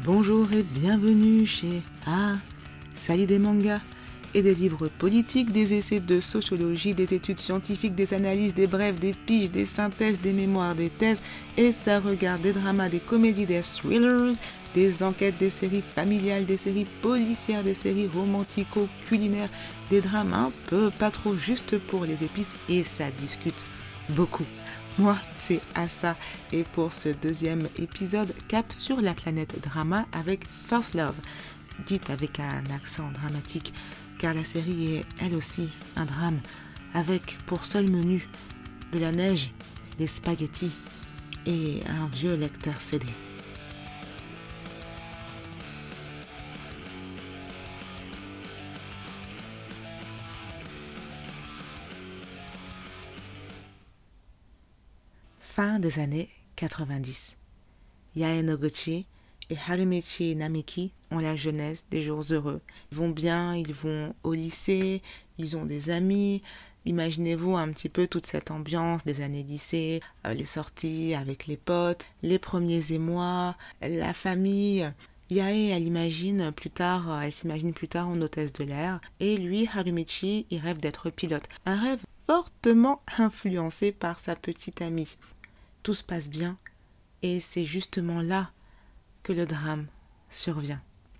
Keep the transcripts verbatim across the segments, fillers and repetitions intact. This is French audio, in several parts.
Bonjour et bienvenue chez Ah, Sali des mangas et des livres politiques, des essais de sociologie, des études scientifiques, des analyses, des brèves, des piges, des synthèses, des mémoires, des thèses, et ça regarde des dramas, des comédies, des thrillers, des enquêtes, des séries familiales, des séries policières, des séries romantico-culinaires, des drames un peu pas trop juste pour les épices, et ça discute beaucoup. Moi, c'est Assa, et pour ce deuxième épisode, cap sur la planète drama avec First Love, dite avec un accent dramatique, car la série est elle aussi un drame, avec pour seul menu de la neige, des spaghettis et un vieux lecteur C D. Fin des années quatre-vingt-dix. Yae Noguchi et Harumichi Namiki ont la jeunesse des jours heureux. Ils vont bien, ils vont au lycée, ils ont des amis. Imaginez-vous un petit peu toute cette ambiance des années lycée, euh, les sorties avec les potes, les premiers émois, la famille. Yae, elle imagine plus tard, elle s'imagine plus tard en hôtesse de l'air. Et lui, Harumichi, il rêve d'être pilote. Un rêve fortement influencé par sa petite amie. Tout se passe bien et c'est justement là que le drame survient.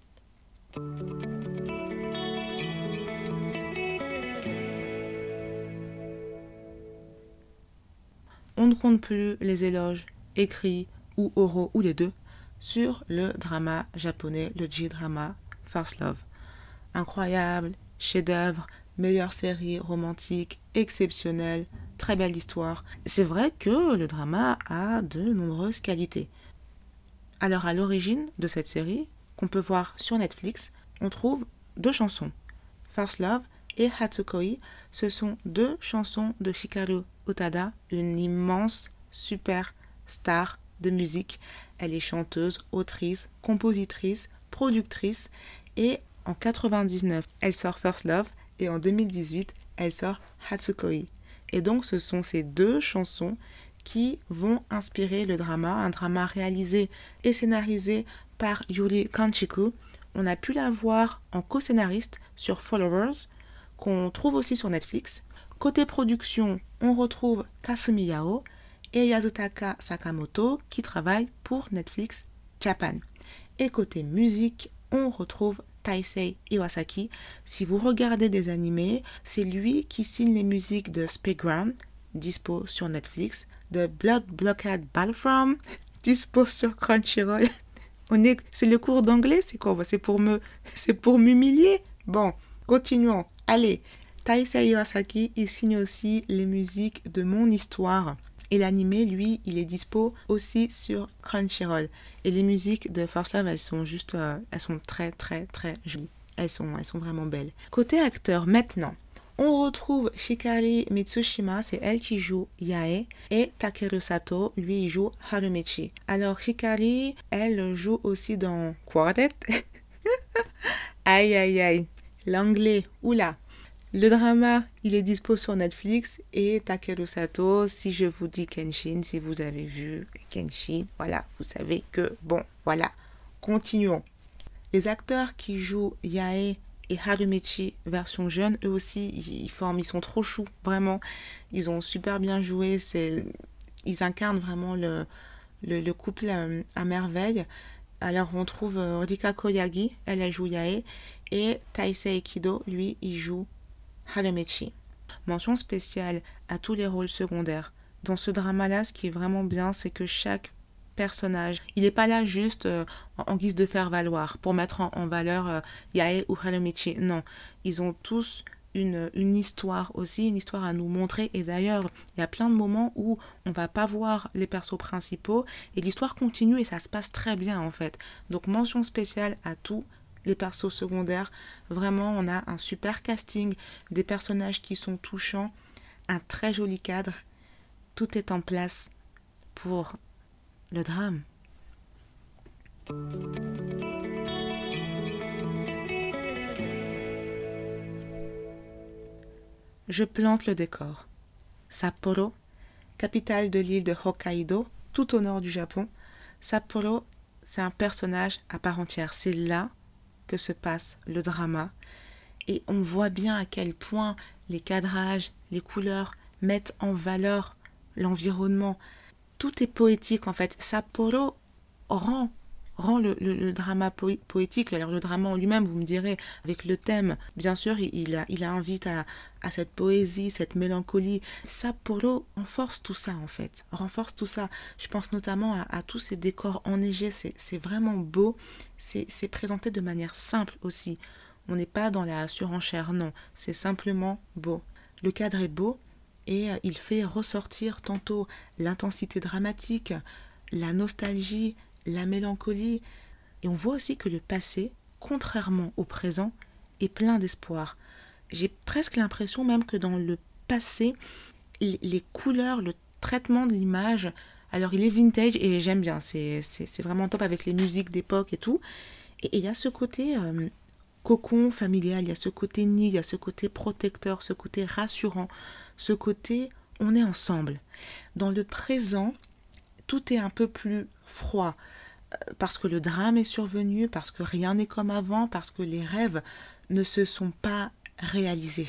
On ne compte plus les éloges, écrits ou oraux ou les deux, sur le drama japonais, le J-drama First Love. Incroyable, chef-d'œuvre, meilleure série romantique, exceptionnelle, très belle histoire. C'est vrai que le drama a de nombreuses qualités. Alors à l'origine de cette série, qu'on peut voir sur Netflix, on trouve deux chansons. First Love et Hatsukoi, ce sont deux chansons de Hikaru Utada, une immense, super star de musique. Elle est chanteuse, autrice, compositrice, productrice et en quatre-vingt-dix-neuf, elle sort First Love et en deux mille dix-huit, elle sort Hatsukoi. Et donc ce sont ces deux chansons qui vont inspirer le drama, un drama réalisé et scénarisé par Yuri Kanchiku. On a pu la voir en co-scénariste sur Followers, qu'on trouve aussi sur Netflix. Côté production, on retrouve Kasumi Yao et Yasutaka Sakamoto qui travaillent pour Netflix Japan. Et côté musique, on retrouve Taisei Iwasaki. Si vous regardez des animés, c'est lui qui signe les musiques de Speedground, dispo sur Netflix, de Blood Blockade Battlefront, dispo sur Crunchyroll. On est, c'est le cours d'anglais, c'est quoi? C'est pour me, c'est pour m'humilier. Bon, continuons. Allez, Taisei Iwasaki, il signe aussi les musiques de Mon Histoire. Et l'animé, lui, il est dispo aussi sur Crunchyroll. Et les musiques de First Love, elles sont juste, euh, elles sont très, très, très jolies. Elles sont, elles sont vraiment belles. Côté acteur, maintenant, on retrouve Shikari Mitsushima, c'est elle qui joue Yae, et Takeru Sato, lui, il joue Harumichi. Alors, Shikari, elle joue aussi dans Quartet. Aïe, aïe, aïe. L'anglais, oula. Le drama, il est dispo sur Netflix et Takeru Sato, si je vous dis Kenshin, si vous avez vu Kenshin, voilà, vous savez que, bon, voilà, continuons. Les acteurs qui jouent Yae et Harumichi version jeune, eux aussi, ils forment, ils sont trop choux, vraiment. Ils ont super bien joué, c'est, ils incarnent vraiment le, le, le couple à, à merveille. Alors on trouve Rika Koyagi, elle, elle joue Yae, et Taisei Kido, lui, il joue Harumichi. Mention spéciale à tous les rôles secondaires. Dans ce drama-là, ce qui est vraiment bien, c'est que chaque personnage, il n'est pas là juste euh, en guise de faire valoir, pour mettre en, en valeur euh, Yae ou Harumichi. Non, ils ont tous une, une histoire aussi, une histoire à nous montrer. Et d'ailleurs, il y a plein de moments où on ne va pas voir les persos principaux et l'histoire continue et ça se passe très bien en fait. Donc mention spéciale à tous les persos secondaires. Vraiment, on a un super casting, des personnages qui sont touchants, un très joli cadre. Tout est en place pour le drame. Je plante le décor. Sapporo, capitale de l'île de Hokkaido, tout au nord du Japon. Sapporo c'est un personnage à part entière. C'est là que se passe le drama. Et on voit bien à quel point les cadrages, les couleurs mettent en valeur l'environnement. Tout est poétique en fait. Sapporo rend, rend le, le, le drama po- poétique. Alors le drama en lui-même, vous me direz, avec le thème, bien sûr, il, il, a, il invite à, à cette poésie, cette mélancolie. Sapporo renforce tout ça en fait, renforce tout ça. Je pense notamment à, à tous ces décors enneigés, c'est, c'est vraiment beau. C'est, c'est présenté de manière simple aussi. On n'est pas dans la surenchère, non, c'est simplement beau. Le cadre est beau et il fait ressortir tantôt l'intensité dramatique, la nostalgie, la mélancolie. Et on voit aussi que le passé, contrairement au présent, est plein d'espoir. J'ai presque l'impression même que dans le passé, les couleurs, le traitement de l'image, alors il est vintage et j'aime bien, c'est, c'est, c'est vraiment top avec les musiques d'époque et tout. Et il y a ce côté euh, cocon familial, il y a ce côté nid, il y a ce côté protecteur, ce côté rassurant, ce côté on est ensemble. Dans le présent, tout est un peu plus froid, parce que le drame est survenu, parce que rien n'est comme avant, parce que les rêves ne se sont pas réalisés.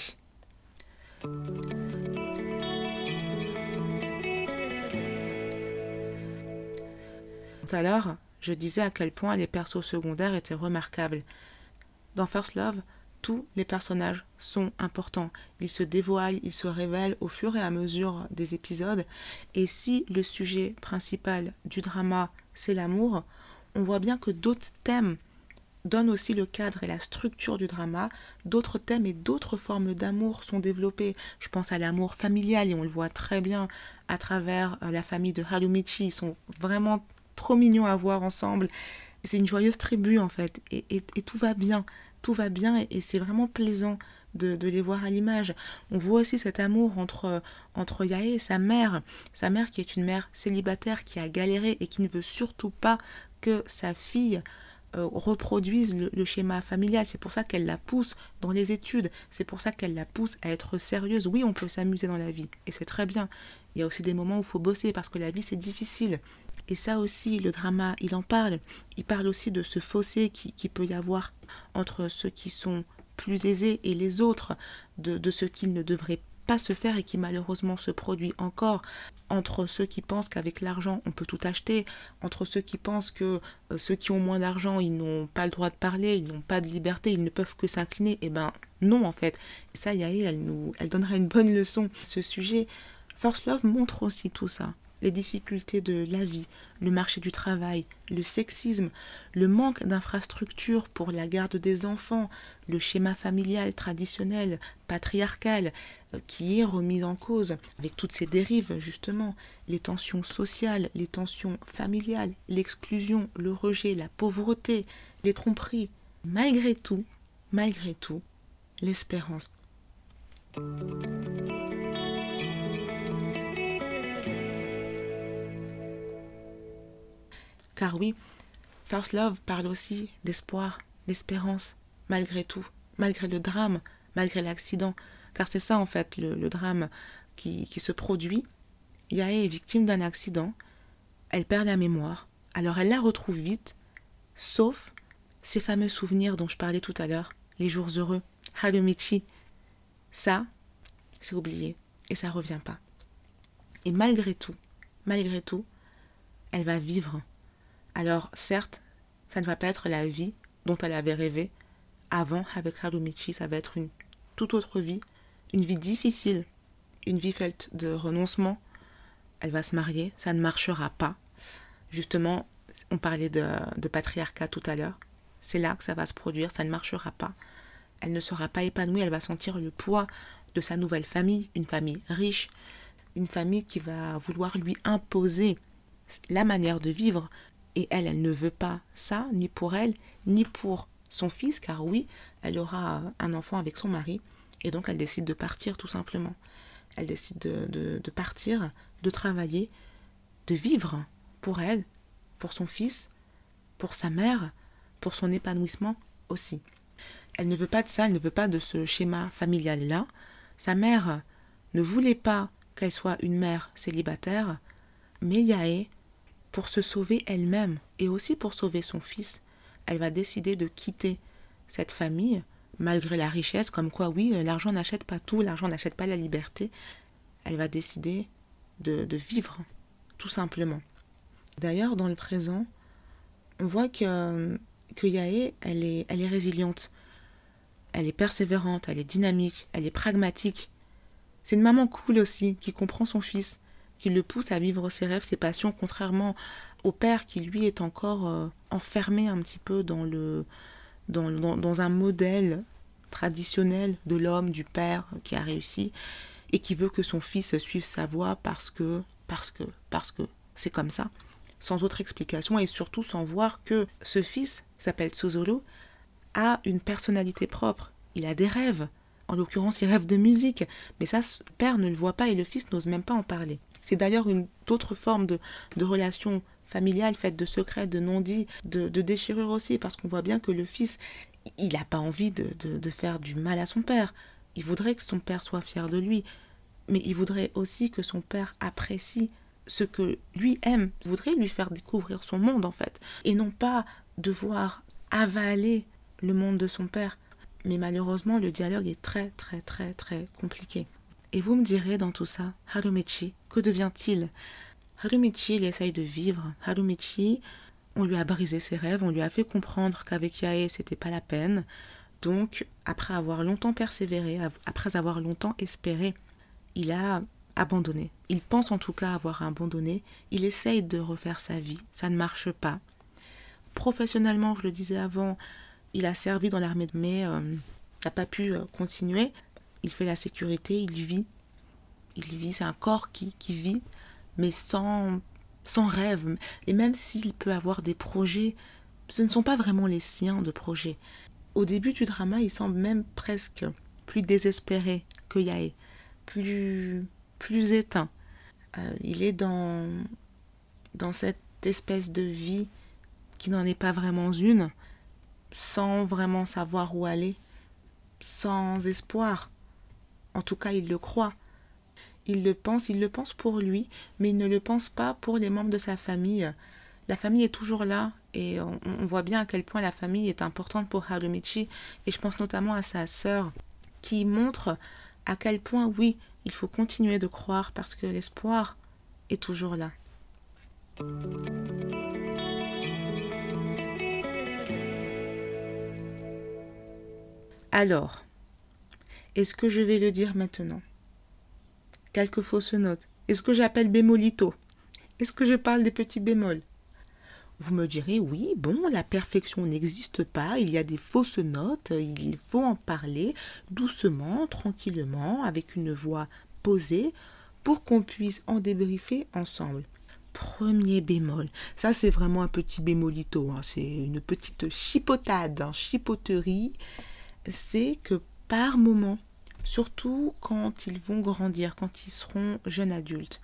Tout à l'heure, je disais à quel point les persos secondaires étaient remarquables. Dans First Love, tous les personnages sont importants. Ils se dévoilent, ils se révèlent au fur et à mesure des épisodes. Et si le sujet principal du drama, c'est l'amour, on voit bien que d'autres thèmes donnent aussi le cadre et la structure du drama. D'autres thèmes et d'autres formes d'amour sont développés. Je pense à l'amour familial et on le voit très bien à travers la famille de Harumichi. Ils sont vraiment trop mignons à voir ensemble. C'est une joyeuse tribu en fait. Et, et, et tout va bien. Tout va bien et, et c'est vraiment plaisant de, de les voir à l'image. On voit aussi cet amour entre, entre Yae et sa mère. Sa mère qui est une mère célibataire qui a galéré et qui ne veut surtout pas que sa fille euh, reproduise le, le schéma familial. C'est pour ça qu'elle la pousse dans les études. C'est pour ça qu'elle la pousse à être sérieuse. Oui, on peut s'amuser dans la vie et c'est très bien. Il y a aussi des moments où il faut bosser parce que la vie c'est difficile. Et ça aussi, le drama, il en parle. Il parle aussi de ce fossé qui, qui peut y avoir entre ceux qui sont plus aisés et les autres, de, de ce qu'ils ne devraient pas se faire et qui malheureusement se produit encore, entre ceux qui pensent qu'avec l'argent on peut tout acheter, entre ceux qui pensent que euh, ceux qui ont moins d'argent ils n'ont pas le droit de parler, ils n'ont pas de liberté, ils ne peuvent que s'incliner. Et ben non en fait. Et ça, Yael, elle nous, elle donnera une bonne leçon. Ce sujet, First Love montre aussi tout ça. Les difficultés de la vie, le marché du travail, le sexisme, le manque d'infrastructures pour la garde des enfants, le schéma familial traditionnel, patriarcal, euh, qui est remis en cause, avec toutes ces dérives justement, les tensions sociales, les tensions familiales, l'exclusion, le rejet, la pauvreté, les tromperies. Malgré tout, malgré tout, l'espérance. Car oui, First Love parle aussi d'espoir, d'espérance, malgré tout, malgré le drame, malgré l'accident. Car c'est ça en fait le, le drame qui, qui se produit. Yae est victime d'un accident, elle perd la mémoire, alors elle la retrouve vite, sauf ces fameux souvenirs dont je parlais tout à l'heure, les jours heureux, Harumichi. Ça, c'est oublié et ça revient pas. Et malgré tout, malgré tout, elle va vivre. Alors, certes, ça ne va pas être la vie dont elle avait rêvé avant avec Harumichi, ça va être une toute autre vie, une vie difficile, une vie faite de renoncement. Elle va se marier, ça ne marchera pas. Justement, on parlait de, de patriarcat tout à l'heure, c'est là que ça va se produire, ça ne marchera pas. Elle ne sera pas épanouie, elle va sentir le poids de sa nouvelle famille, une famille riche, une famille qui va vouloir lui imposer la manière de vivre. Et elle, elle ne veut pas ça, ni pour elle, ni pour son fils, car oui, elle aura un enfant avec son mari, et donc elle décide de partir tout simplement. Elle décide de, de, de partir, de travailler, de vivre pour elle, pour son fils, pour sa mère, pour son épanouissement aussi. Elle ne veut pas de ça, elle ne veut pas de ce schéma familial-là. Sa mère ne voulait pas qu'elle soit une mère célibataire, mais Yae, pour se sauver elle-même, Et aussi pour sauver son fils, elle va décider de quitter cette famille, malgré la richesse, comme quoi oui, l'argent n'achète pas tout, l'argent n'achète pas la liberté. Elle va décider de, de vivre, tout simplement. D'ailleurs, dans le présent, on voit que, que Yaé, elle est, elle est résiliente. Elle est persévérante, elle est dynamique, elle est pragmatique. C'est une maman cool aussi, qui comprend son fils, qui le pousse à vivre ses rêves, ses passions, contrairement au père qui, lui, est encore euh, enfermé un petit peu dans, le, dans, dans, dans un modèle traditionnel de l'homme, du père qui a réussi et qui veut que son fils suive sa voie parce que, parce que, parce que c'est comme ça, sans autre explication et surtout sans voir que ce fils, qui s'appelle Sozolo, a une personnalité propre, il a des rêves. En l'occurrence, il rêve de musique, mais ça, le père ne le voit pas et le fils n'ose même pas en parler. C'est d'ailleurs une autre forme de, de relation familiale faite de secrets, de non-dits, de, de déchirures aussi, parce qu'on voit bien que le fils, il n'a pas envie de, de, de faire du mal à son père. Il voudrait que son père soit fier de lui, mais il voudrait aussi que son père apprécie ce que lui aime. Il voudrait lui faire découvrir son monde, en fait, et non pas devoir avaler le monde de son père. Mais malheureusement, le dialogue est très, très, très, très compliqué. Et vous me direz dans tout ça, Harumichi, que devient-il? Harumichi, il essaye de vivre. Harumichi, on lui a brisé ses rêves, on lui a fait comprendre qu'avec Yae, c'était pas la peine. Donc, après avoir longtemps persévéré, après avoir longtemps espéré, il a abandonné. Il pense en tout cas avoir abandonné. Il essaye de refaire sa vie. Ça ne marche pas. Professionnellement, je le disais avant, il a servi dans l'armée, mais euh, n'a pas pu euh, continuer. Il fait la sécurité, il vit. Il vit, c'est un corps qui, qui vit, mais sans, sans rêve. Et même s'il peut avoir des projets, ce ne sont pas vraiment les siens de projets. Au début du drama, il semble même presque plus désespéré que Yae, plus, plus éteint. Euh, il est dans, dans cette espèce de vie qui n'en est pas vraiment une, sans vraiment savoir où aller, sans espoir. En tout cas, il le croit. Il le pense, il le pense pour lui, mais il ne le pense pas pour les membres de sa famille. La famille est toujours là, et on, on voit bien à quel point la famille est importante pour Harumichi, et je pense notamment à sa sœur, qui montre à quel point, oui, il faut continuer de croire, parce que l'espoir est toujours là. Alors, est-ce que je vais le dire maintenant? Quelques fausses notes. Est-ce que j'appelle bémolito? Est-ce que je parle des petits bémols? Vous me direz, oui, bon, la perfection n'existe pas, il y a des fausses notes, il faut en parler doucement, tranquillement, avec une voix posée, pour qu'on puisse en débriefer ensemble. Premier bémol, ça c'est vraiment un petit bémolito, hein, c'est une petite chipotade, hein, chipoterie, c'est que par moment, surtout quand ils vont grandir, quand ils seront jeunes adultes,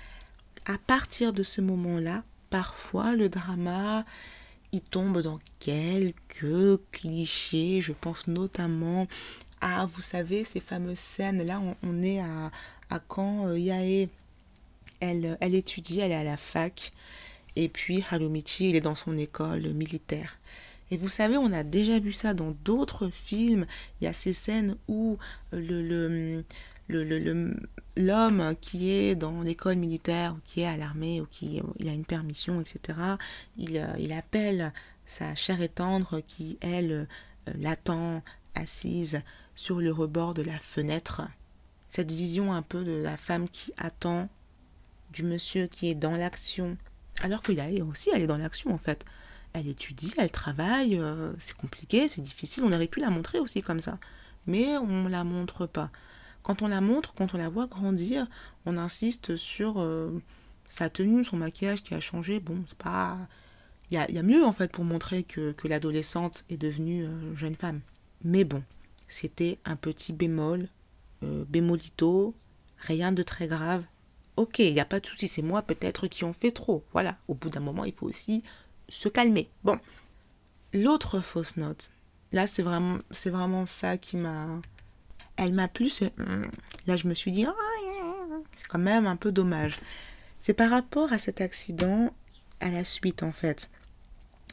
à partir de ce moment-là, parfois le drama, il tombe dans quelques clichés, je pense notamment à, vous savez, ces fameuses scènes, là on, on est à, à quand euh, Yae, elle, elle étudie, elle est à la fac, et puis Harumichi, il est dans son école militaire. Et vous savez, on a déjà vu ça dans d'autres films. Il y a ces scènes où le, le, le, le, le, l'homme qui est dans l'école militaire, ou qui est à l'armée, ou qui il a une permission, et cetera, il, il appelle sa chère et tendre qui, elle, l'attend assise sur le rebord de la fenêtre. Cette vision un peu de la femme qui attend, du monsieur qui est dans l'action. Alors que Yae aussi, elle est dans l'action en fait. Elle étudie, elle travaille, euh, c'est compliqué, c'est difficile. On aurait pu la montrer aussi comme ça. Mais on ne la montre pas. Quand on la montre, quand on la voit grandir, on insiste sur euh, sa tenue, son maquillage qui a changé. Bon, c'est pas... Il y a, y a mieux en fait pour montrer que, que l'adolescente est devenue euh, jeune femme. Mais bon, c'était un petit bémol, euh, bémolito, rien de très grave. Ok, il n'y a pas de souci, c'est moi peut-être qui en fais trop. Voilà, au bout d'un moment, il faut aussi se calmer. Bon, l'autre fausse note, là c'est vraiment, c'est vraiment ça qui m'a... Elle m'a plu, ce... là je me suis dit, oh, c'est quand même un peu dommage. C'est par rapport à cet accident, à la suite en fait.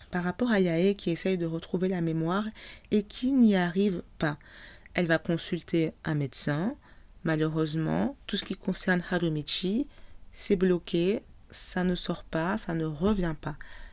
par rapport à Yae qui essaye de retrouver la mémoire et qui n'y arrive pas. Elle va consulter un médecin. Malheureusement, tout ce qui concerne Harumichi, c'est bloqué, ça ne sort pas, ça ne revient pas.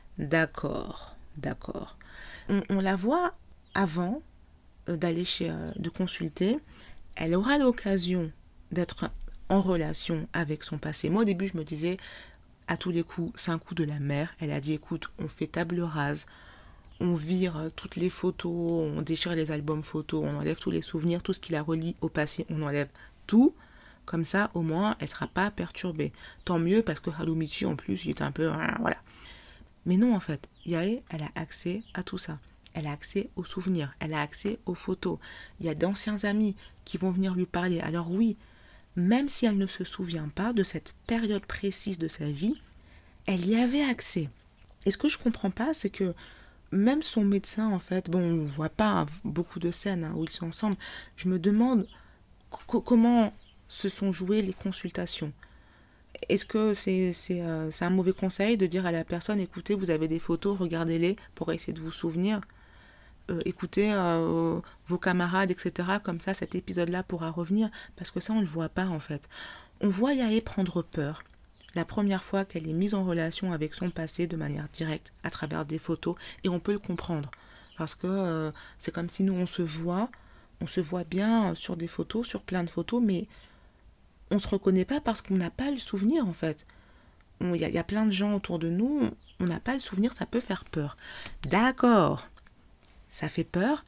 D'accord, d'accord. On, on la voit avant euh, d'aller chez, euh, de consulter. Elle aura l'occasion d'être en relation avec son passé. Moi, au début, je me disais, à tous les coups, c'est un coup de la mère. Elle a dit, écoute, on fait table rase, on vire toutes les photos, on déchire les albums photos, on enlève tous les souvenirs, tout ce qui la relie au passé, on enlève tout. Comme ça, au moins, elle ne sera pas perturbée. Tant mieux, parce que Harumichi, en plus, il est un peu... Voilà. Mais non, en fait, Yae, elle a accès à tout ça. Elle a accès aux souvenirs, elle a accès aux photos. Il y a d'anciens amis qui vont venir lui parler. Alors oui, même si elle ne se souvient pas de cette période précise de sa vie, elle y avait accès. Et ce que je ne comprends pas, c'est que même son médecin, en fait, bon, on ne voit pas beaucoup de scènes hein, où ils sont ensemble, je me demande c- comment se sont jouées les consultations. Est-ce que c'est, c'est, euh, c'est un mauvais conseil de dire à la personne, écoutez, vous avez des photos, regardez-les pour essayer de vous souvenir, euh, écoutez euh, vos camarades, et cetera. Comme ça, cet épisode-là pourra revenir, parce que ça, on ne le voit pas, en fait. On voit Yae prendre peur la première fois qu'elle est mise en relation avec son passé de manière directe, à travers des photos, et on peut le comprendre. Parce que euh, c'est comme si nous, on se voit, on se voit bien sur des photos, sur plein de photos, mais on ne se reconnaît pas parce qu'on n'a pas le souvenir, en fait. Il y, y a plein de gens autour de nous, on n'a pas le souvenir, ça peut faire peur. D'accord, ça fait peur,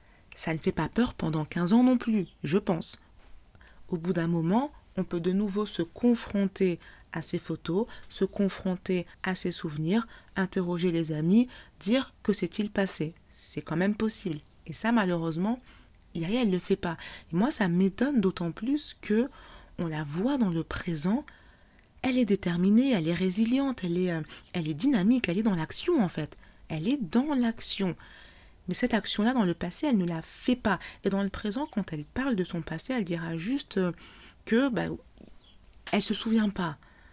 ça ne fait pas peur pendant quinze ans non plus, je pense. Au bout d'un moment, on peut de nouveau se confronter à ces photos, se confronter à ces souvenirs, interroger les amis, dire que s'est-il passé. C'est quand même possible. Et ça, malheureusement, Yae, elle ne le fait pas. Et moi, ça m'étonne d'autant plus que on la voit dans le présent. Elle est déterminée, elle est résiliente, elle est, euh, elle est dynamique, elle est dans l'action en fait. Elle est dans l'action. Mais cette action-là, dans le passé, elle ne la fait pas. Et dans le présent, quand elle parle de son passé, elle dira juste euh, que bah, elle se souvient pas.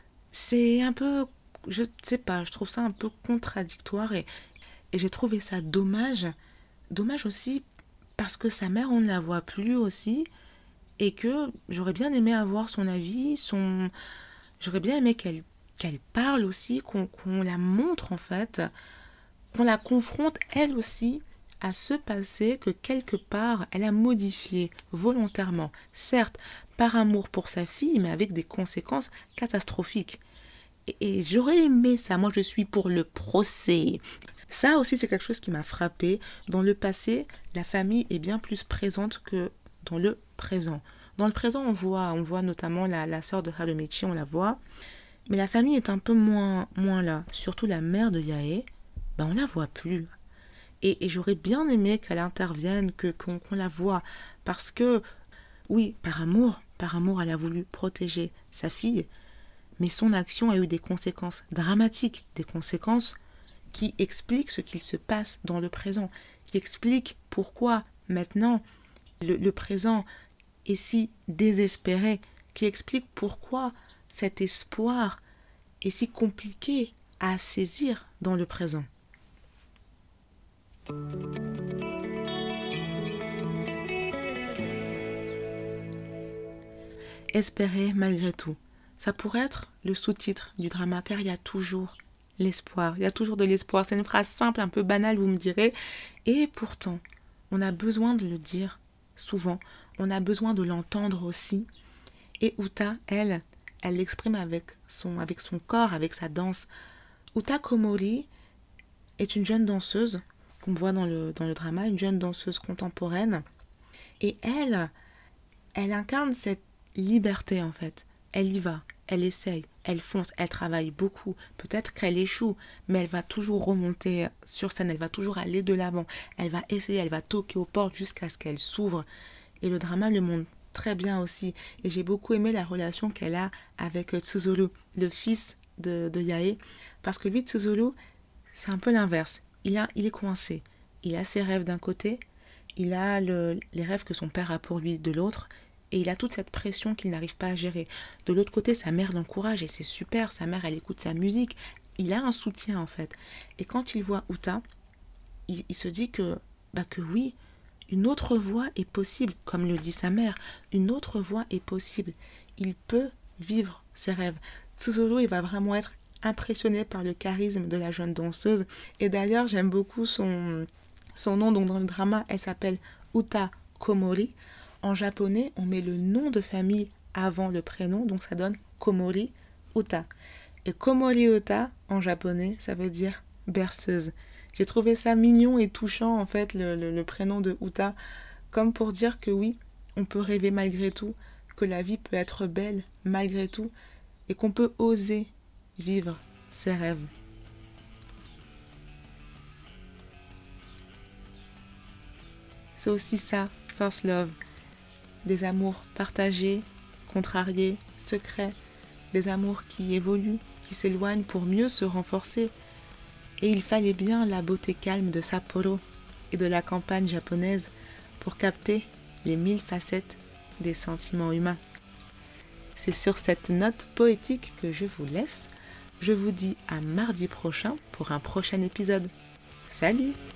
C'est un peu, je ne sais pas, je trouve ça un peu contradictoire et, et j'ai trouvé ça dommage. Dommage aussi parce que sa mère, on ne la voit plus aussi et que j'aurais bien aimé avoir son avis, son... j'aurais bien aimé qu'elle, qu'elle parle aussi, qu'on, qu'on la montre en fait, qu'on la confronte elle aussi à ce passé que quelque part elle a modifié volontairement, certes par amour pour sa fille, mais avec des conséquences catastrophiques. Et, et j'aurais aimé ça, moi je suis pour le procès. Ça aussi c'est quelque chose qui m'a frappée. Dans le passé, la famille est bien plus présente que dans le présent. Dans le présent, on voit, on voit notamment la, la sœur de Harumichi, on la voit, mais la famille est un peu moins, moins là. Surtout la mère de Yae, ben on la voit plus. Et, et j'aurais bien aimé qu'elle intervienne, que, qu'on, qu'on la voie. Parce que, oui, par amour, par amour, elle a voulu protéger sa fille. Mais son action a eu des conséquences dramatiques. Des conséquences qui expliquent ce qu'il se passe dans le présent. Qui expliquent pourquoi, maintenant, le, le présent est si désespéré. Qui expliquent pourquoi cet espoir est si compliqué à saisir dans le présent. Espérer malgré tout. Ça pourrait être le sous-titre du drama car il y a toujours l'espoir. Il y a toujours de l'espoir. C'est une phrase simple, un peu banale, vous me direz. Et pourtant, on a besoin de le dire souvent. On a besoin de l'entendre aussi. Et Uta, elle, elle l'exprime avec son, avec son corps, avec sa danse. Uta Komori est une jeune danseuse qu'on voit dans le, dans le drama, une jeune danseuse contemporaine. Et elle, elle incarne cette liberté en fait. Elle y va, elle essaye, elle fonce, elle travaille beaucoup. Peut-être qu'elle échoue, mais elle va toujours remonter sur scène, elle va toujours aller de l'avant. Elle va essayer, elle va toquer aux portes jusqu'à ce qu'elle s'ouvre. Et le drama le montre très bien aussi. Et j'ai beaucoup aimé la relation qu'elle a avec Tsuzuru, le fils de, de Yae. Parce que lui, Tsuzuru, c'est un peu l'inverse. Il, a, il est coincé. Il a ses rêves d'un côté, il a le, les rêves que son père a pour lui de l'autre, et il a toute cette pression qu'il n'arrive pas à gérer. De l'autre côté, sa mère l'encourage, et c'est super, sa mère, elle écoute sa musique, il a un soutien en fait. Et quand il voit Uta, il, il se dit que, bah, que oui, une autre voie est possible, comme le dit sa mère, une autre voie est possible. Il peut vivre ses rêves. Tsuzuru, il va vraiment être impressionné par le charisme de la jeune danseuse. Et d'ailleurs, j'aime beaucoup son, son nom. Donc dans le drama, elle s'appelle Uta Komori. En japonais, on met le nom de famille avant le prénom, donc ça donne Komori Uta. Et Komori Uta, en japonais, ça veut dire berceuse. J'ai trouvé ça mignon et touchant, en fait, le, le, le prénom de Uta, comme pour dire que oui, on peut rêver malgré tout, que la vie peut être belle malgré tout, et qu'on peut oser vivre ses rêves. C'est aussi ça, First Love. Des amours partagés, contrariés, secrets, des amours qui évoluent, qui s'éloignent pour mieux se renforcer. Et il fallait bien la beauté calme de Sapporo et de la campagne japonaise pour capter les mille facettes des sentiments humains. C'est sur cette note poétique que je vous laisse. Je vous dis à mardi prochain pour un prochain épisode. Salut!